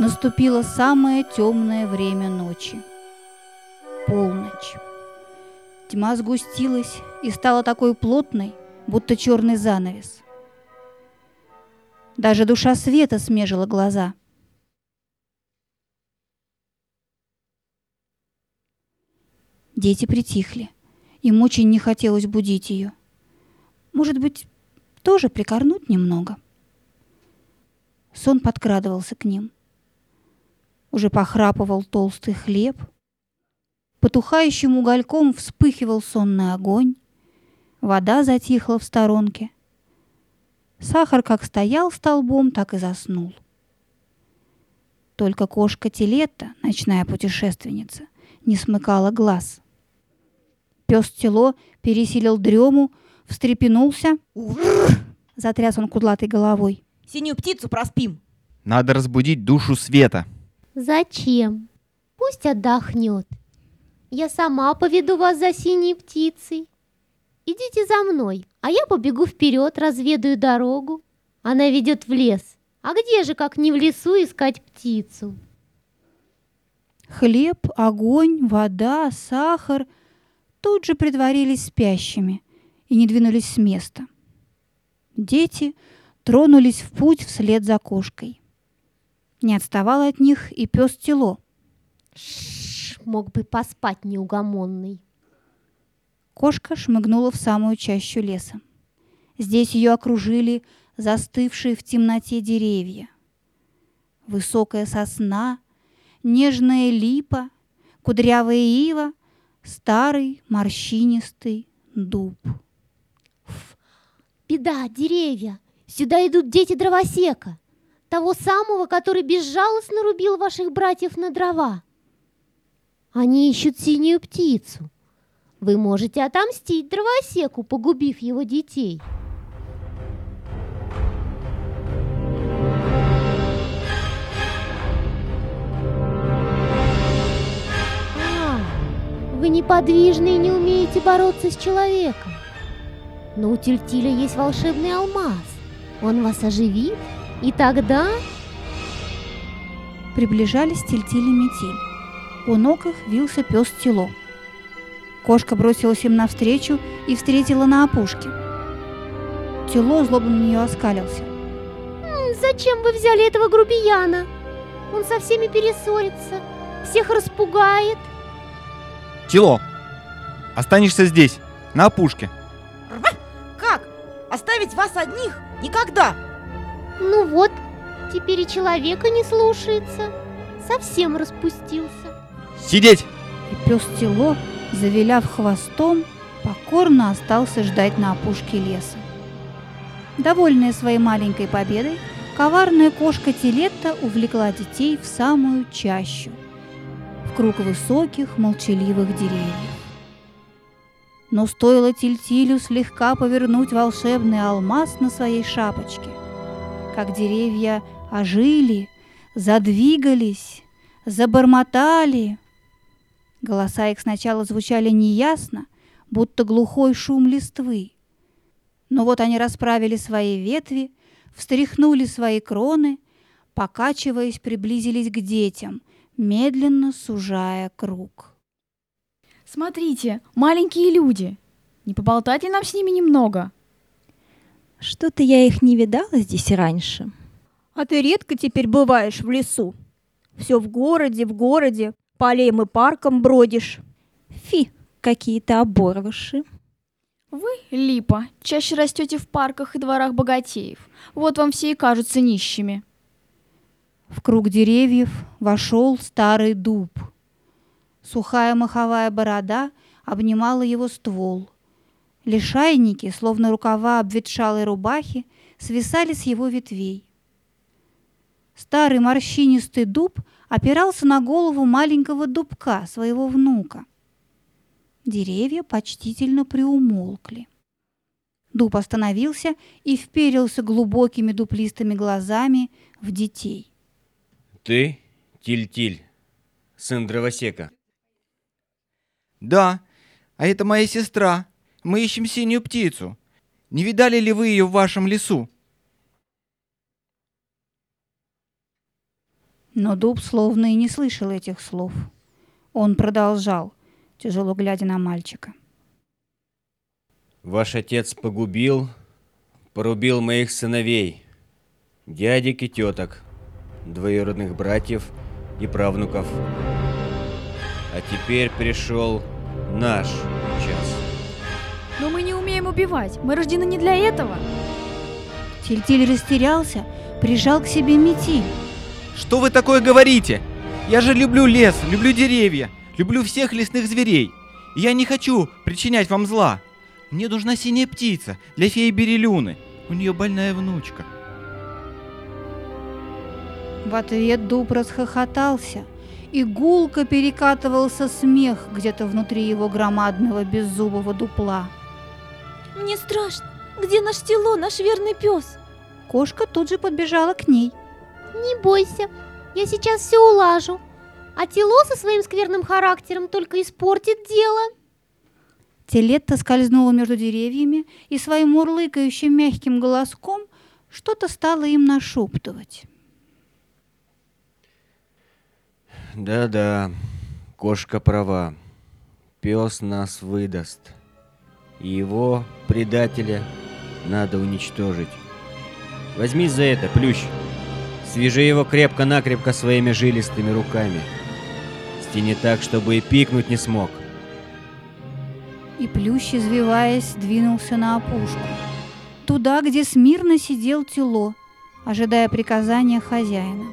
наступило самое темное время ночи – полночь. Тьма сгустилась и стала такой плотной, будто черный занавес. Даже душа света смежила глаза. Дети притихли. Им очень не хотелось будить ее. Может быть, тоже прикорнуть немного? Сон подкрадывался к ним. Уже похрапывал толстый хлеб. Потухающим угольком вспыхивал сонный огонь. Вода затихла в сторонке. Сахар как стоял столбом, так и заснул. Только кошка Телетта, ночная путешественница, не смыкала глаз. Пес Тело пересилил дрему, встрепенулся. Затряс он кудлатой головой. Синюю птицу проспим. Надо разбудить душу света. Зачем? Пусть отдохнет. Я сама поведу вас за синей птицей. Идите за мной, а я побегу вперед, разведаю дорогу. Она ведет в лес. А где же, как не в лесу, искать птицу? Хлеб, огонь, вода, сахар тут же притворились спящими и не двинулись с места. Дети тронулись в путь вслед за кошкой. Не отставал от них и пес Тело. Мог бы поспать неугомонный. Кошка шмыгнула в самую чащу леса. Здесь ее окружили застывшие в темноте деревья. Высокая сосна, нежная липа, кудрявая ива, старый морщинистый дуб. Беда, деревья! Сюда идут дети дровосека, того самого, который безжалостно рубил ваших братьев на дрова. Они ищут синюю птицу. Вы можете отомстить дровосеку, погубив его детей. Вы неподвижны и не умеете бороться с человеком. Но у Тильтиля есть волшебный алмаз. Он вас оживит, и тогда... Приближались Тильтиль и Метель. У ног их вился пес Тело. Кошка бросилась им навстречу и встретила на опушке. Тело злобно на нее оскалился. Зачем вы взяли этого грубияна? Он со всеми перессорится, всех распугает. Тело, останешься здесь, на опушке. Как? Оставить вас одних? Никогда! Ну вот, теперь и человека не слушается. Совсем распустился. Сидеть! И пес Тело, завиляв хвостом, покорно остался ждать на опушке леса. Довольная своей маленькой победой, коварная кошка Телетта увлекла детей в самую чащу, в круг высоких молчаливых деревьев. Но стоило Тильтилю слегка повернуть волшебный алмаз на своей шапочке, как деревья ожили, задвигались, забормотали. Голоса их сначала звучали неясно, будто глухой шум листвы. Но вот они расправили свои ветви, встряхнули свои кроны, покачиваясь, приблизились к детям, медленно сужая круг. Смотрите, маленькие люди. Не поболтать ли нам с ними немного? Что-то я их не видала здесь раньше. А ты редко теперь бываешь в лесу. Все в городе, по аллеям и паркам бродишь. Фи, какие-то оборвыши. Вы, Липа, чаще растете в парках и дворах богатеев. Вот вам все и кажутся нищими. В круг деревьев вошел старый дуб. Сухая моховая борода обнимала его ствол. Лишайники, словно рукава обветшалой рубахи, свисали с его ветвей. Старый морщинистый дуб опирался на голову маленького дубка, своего внука. Деревья почтительно приумолкли. Дуб остановился и вперился глубокими дуплистыми глазами в детей. Ты Тильтиль, сын дровосека? Да, а это моя сестра. Мы ищем синюю птицу. Не видали ли вы ее в вашем лесу? Но дуб словно и не слышал этих слов. Он продолжал, тяжело глядя на мальчика. Ваш отец порубил моих сыновей, дядек и теток, двоюродных братьев и правнуков. А теперь пришел наш час. Но мы не умеем убивать. Мы рождены не для этого. Тильтиль растерялся, прижал к себе Метиль. Что вы такое говорите? Я же люблю лес, люблю деревья, люблю всех лесных зверей. И я не хочу причинять вам зла. Мне нужна синяя птица для феи Берелюны. У нее больная внучка. В ответ дуб расхохотался, и гулко перекатывался смех где-то внутри его громадного беззубого дупла. Мне страшно. Где наш Тило, наш верный пес? Кошка тут же подбежала к ней. Не бойся, я сейчас все улажу. А Тило со своим скверным характером только испортит дело. Телетта скользнула между деревьями и своим мурлыкающим мягким голоском что-то стало им нашептывать. Да-да, кошка права. Пес нас выдаст. И его, предателя, надо уничтожить. Возьми за это, Плющ. Свяжи его крепко-накрепко своими жилистыми руками. Стяни так, чтобы и пикнуть не смог. И Плющ, извиваясь, двинулся на опушку. Туда, где смирно сидел Тило, ожидая приказания хозяина.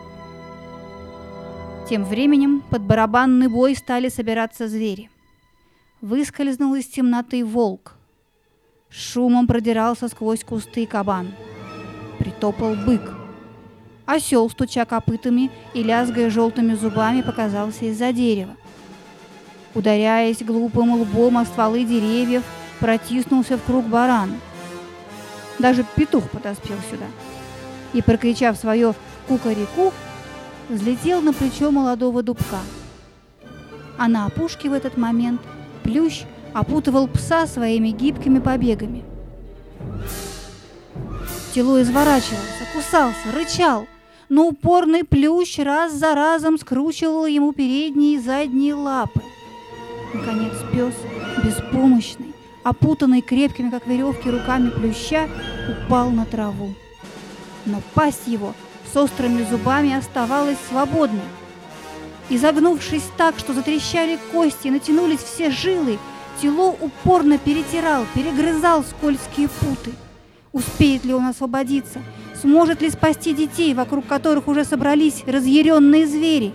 Тем временем под барабанный бой стали собираться звери. Выскользнул из темноты волк. Шумом продирался сквозь кусты кабан. Притопал бык. Осел, стуча копытами и лязгая желтыми зубами, показался из-за дерева. Ударяясь глупым лбом о стволы деревьев, протиснулся в круг баран. Даже петух подоспел сюда. И, прокричав свое «кукареку», взлетел на плечо молодого дубка. А на опушке в этот момент Плющ опутывал пса своими гибкими побегами. Тило изворачивался, кусался, рычал, но упорный Плющ раз за разом скручивал ему передние и задние лапы. Наконец пес, беспомощный, опутанный крепкими, как веревки, руками Плюща, упал на траву. Но пасть его с острыми зубами оставалась свободной. Изогнувшись так, что затрещали кости и натянулись все жилы, Тило упорно перегрызал скользкие путы. Успеет ли он освободиться? Сможет ли спасти детей, вокруг которых уже собрались разъяренные звери?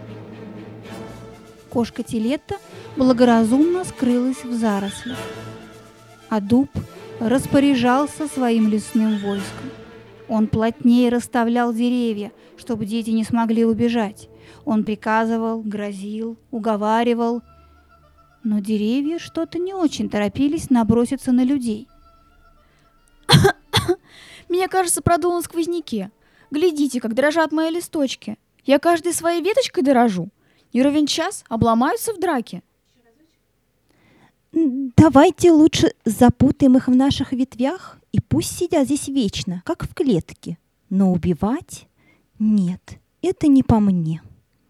Кошка Телетта благоразумно скрылась в зарослях, а дуб распоряжался своим лесным войском. Он плотнее расставлял деревья, чтобы дети не смогли убежать. Он приказывал, грозил, уговаривал, но деревья что-то не очень торопились наброситься на людей. Меня, кажется, продуло на сквозняке. Глядите, как дрожат мои листочки. Я каждой своей веточкой дорожу. Не ровен час обломаются в драке. Давайте лучше запутаем их в наших ветвях, и пусть сидят здесь вечно, как в клетке. Но убивать? Нет, это не по мне.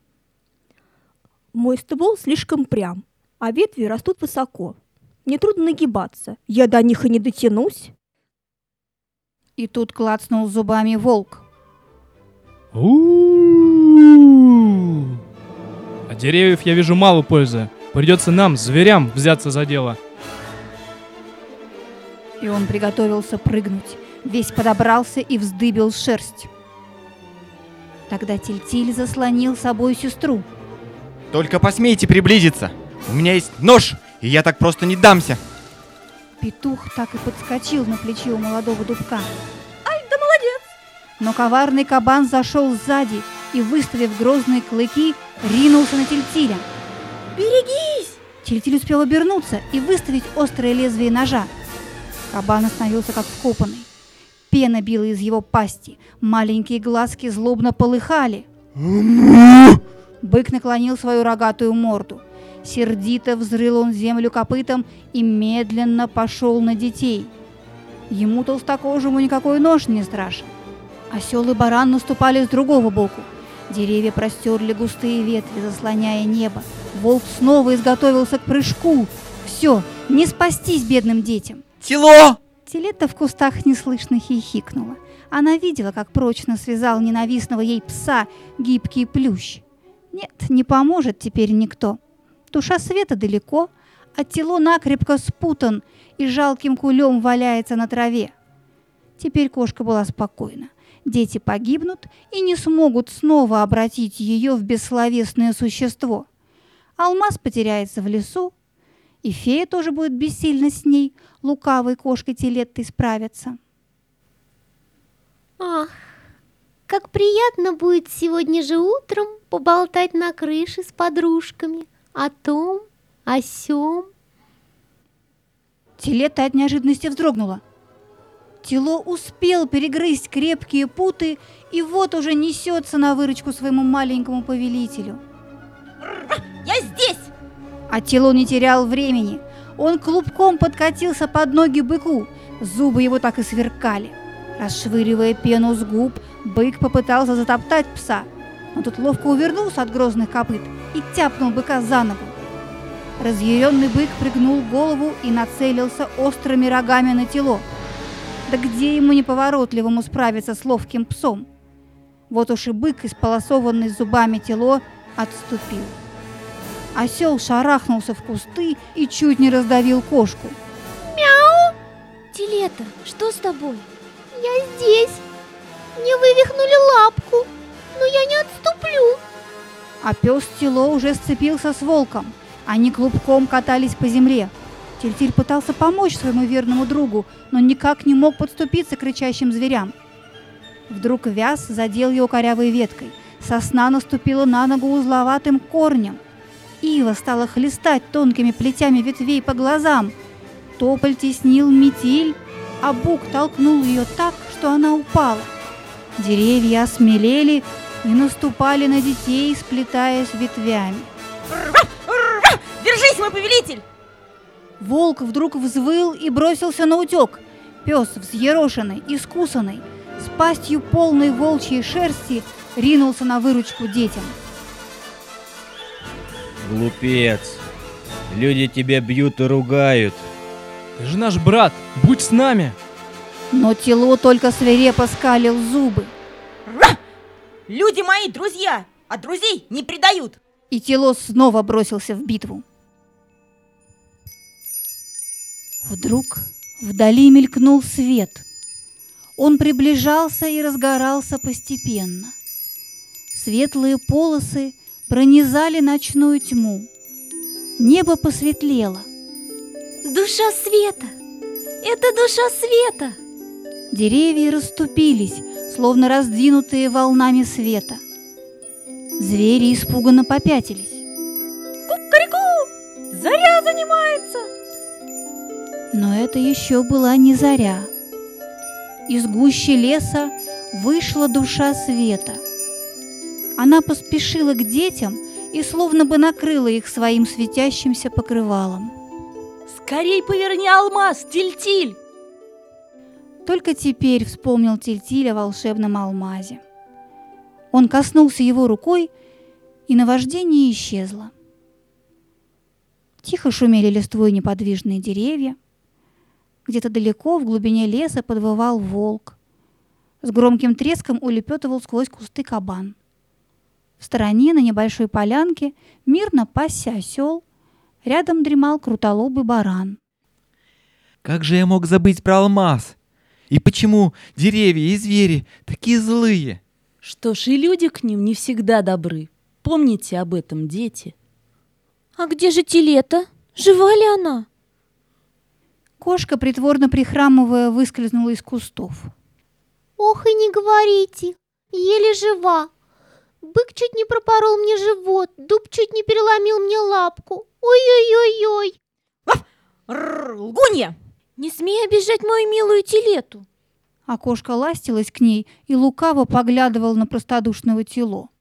Мой ствол слишком прям, а ветви растут высоко. Мне трудно нагибаться. Я до них и не дотянусь. И тут клацнул зубами волк. От деревьев я вижу мало пользы. Придется нам, зверям, взяться за дело. И он приготовился прыгнуть. Весь подобрался и вздыбил шерсть. Тогда Тильтиль заслонил собой сестру. Только посмейте приблизиться. У меня есть нож, и я так просто не дамся. Петух так и подскочил на плече у молодого дубка. Ай, да молодец! Но коварный кабан зашел сзади и, выставив грозные клыки, ринулся на Тильтиля. Берегись! Тильтиль успел обернуться и выставить острое лезвие ножа. Кабан остановился как вкопанный. Пена била из его пасти, маленькие глазки злобно полыхали. Бык наклонил свою рогатую морду. Сердито взрыл он землю копытом и медленно пошел на детей. Ему, толстокожему, никакой нож не страшен. Осел и баран наступали с другого боку. Деревья простерли густые ветви, заслоняя небо. Волк снова изготовился к прыжку. Все, не спастись бедным детям. Тело! Телетта в кустах неслышно хихикнула. Она видела, как прочно связал ненавистного ей пса гибкий плющ. Нет, не поможет теперь никто. Душа света далеко, а тело накрепко спутан и жалким кулем валяется на траве. Теперь кошка была спокойна. Дети погибнут и не смогут снова обратить ее в бессловесное существо. Алмаз потеряется в лесу, и фея тоже будет бессильна с ней, лукавой кошкой Телеттой справиться. Ах, как приятно будет сегодня же утром поболтать на крыше с подружками о том, о сём. Телетта от неожиданности вздрогнула. Тело успел перегрызть крепкие путы и вот уже несется на выручку своему маленькому повелителю. Я здесь! А Тело не терял времени. Он клубком подкатился под ноги быку. Зубы его так и сверкали. Расшвыривая пену с губ, бык попытался затоптать пса, но тот ловко увернулся от грозных копыт и тяпнул быка за ногу. Разъяренный бык пригнул голову и нацелился острыми рогами на Тело. Да где ему неповоротливому справиться с ловким псом? Вот уж и бык, исполосованный зубами Тело, отступил. Осел шарахнулся в кусты и чуть не раздавил кошку. Мяу! Телетта, что с тобой? Я здесь. Мне вывихнули лапку, но я не отступлю. А пес Тело уже сцепился с волком. Они клубком катались по земле. Тильтиль пытался помочь своему верному другу, но никак не мог подступиться к кричащим зверям. Вдруг вяз задел его корявой веткой. Сосна наступила на ногу узловатым корнем. Ива стала хлестать тонкими плетями ветвей по глазам. Тополь теснил метель, а бук толкнул ее так, что она упала. Деревья осмелели и наступали на детей, сплетаясь ветвями. Держись, мой повелитель! Волк вдруг взвыл и бросился на утек. Пес, взъерошенный, искусанный, с пастью полной волчьей шерсти, ринулся на выручку детям. Глупец. Люди тебя бьют и ругают. Ты же наш брат, будь с нами. Но Тело только свирепо скалил зубы. Люди мои друзья, а друзей не предают. И Тело снова бросился в битву. Вдруг вдали мелькнул свет. Он приближался и разгорался постепенно. Светлые полосы пронизали ночную тьму. Небо посветлело. Душа света! Это душа света! Деревья расступились, словно раздвинутые волнами света. Звери испуганно попятились. Кукареку! Заря занимается! Но это еще была не заря. Из гущи леса вышла душа света. Она поспешила к детям и словно бы накрыла их своим светящимся покрывалом. Скорей поверни алмаз, Тильтиль! Только теперь вспомнил Тильтиль о волшебном алмазе. Он коснулся его рукой, и наваждение исчезло. Тихо шумели листвой неподвижные деревья. Где-то далеко в глубине леса подвывал волк. С громким треском улепетывал сквозь кусты кабан. В стороне на небольшой полянке мирно пасся осел. Рядом дремал крутолобый баран. Как же я мог забыть про алмаз? И почему деревья и звери такие злые? Что ж, и люди к ним не всегда добры. Помните об этом, дети. А где же Телетта? Жива ли она? Кошка, притворно прихрамывая, выскользнула из кустов. Ох, и не говорите, еле жива. Бык чуть не пропорол мне живот, дуб чуть не переломил мне лапку. Ой-ой-ой-ой. Лгунья! Не смей обижать мою милую Телетту. А кошка ластилась к ней и лукаво поглядывала на простодушного Тело.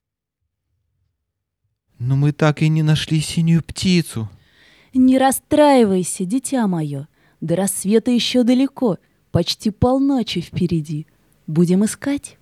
Но мы так и не нашли синюю птицу. Не расстраивайся, дитя мое. До рассвета еще далеко, почти полночи впереди. Будем искать.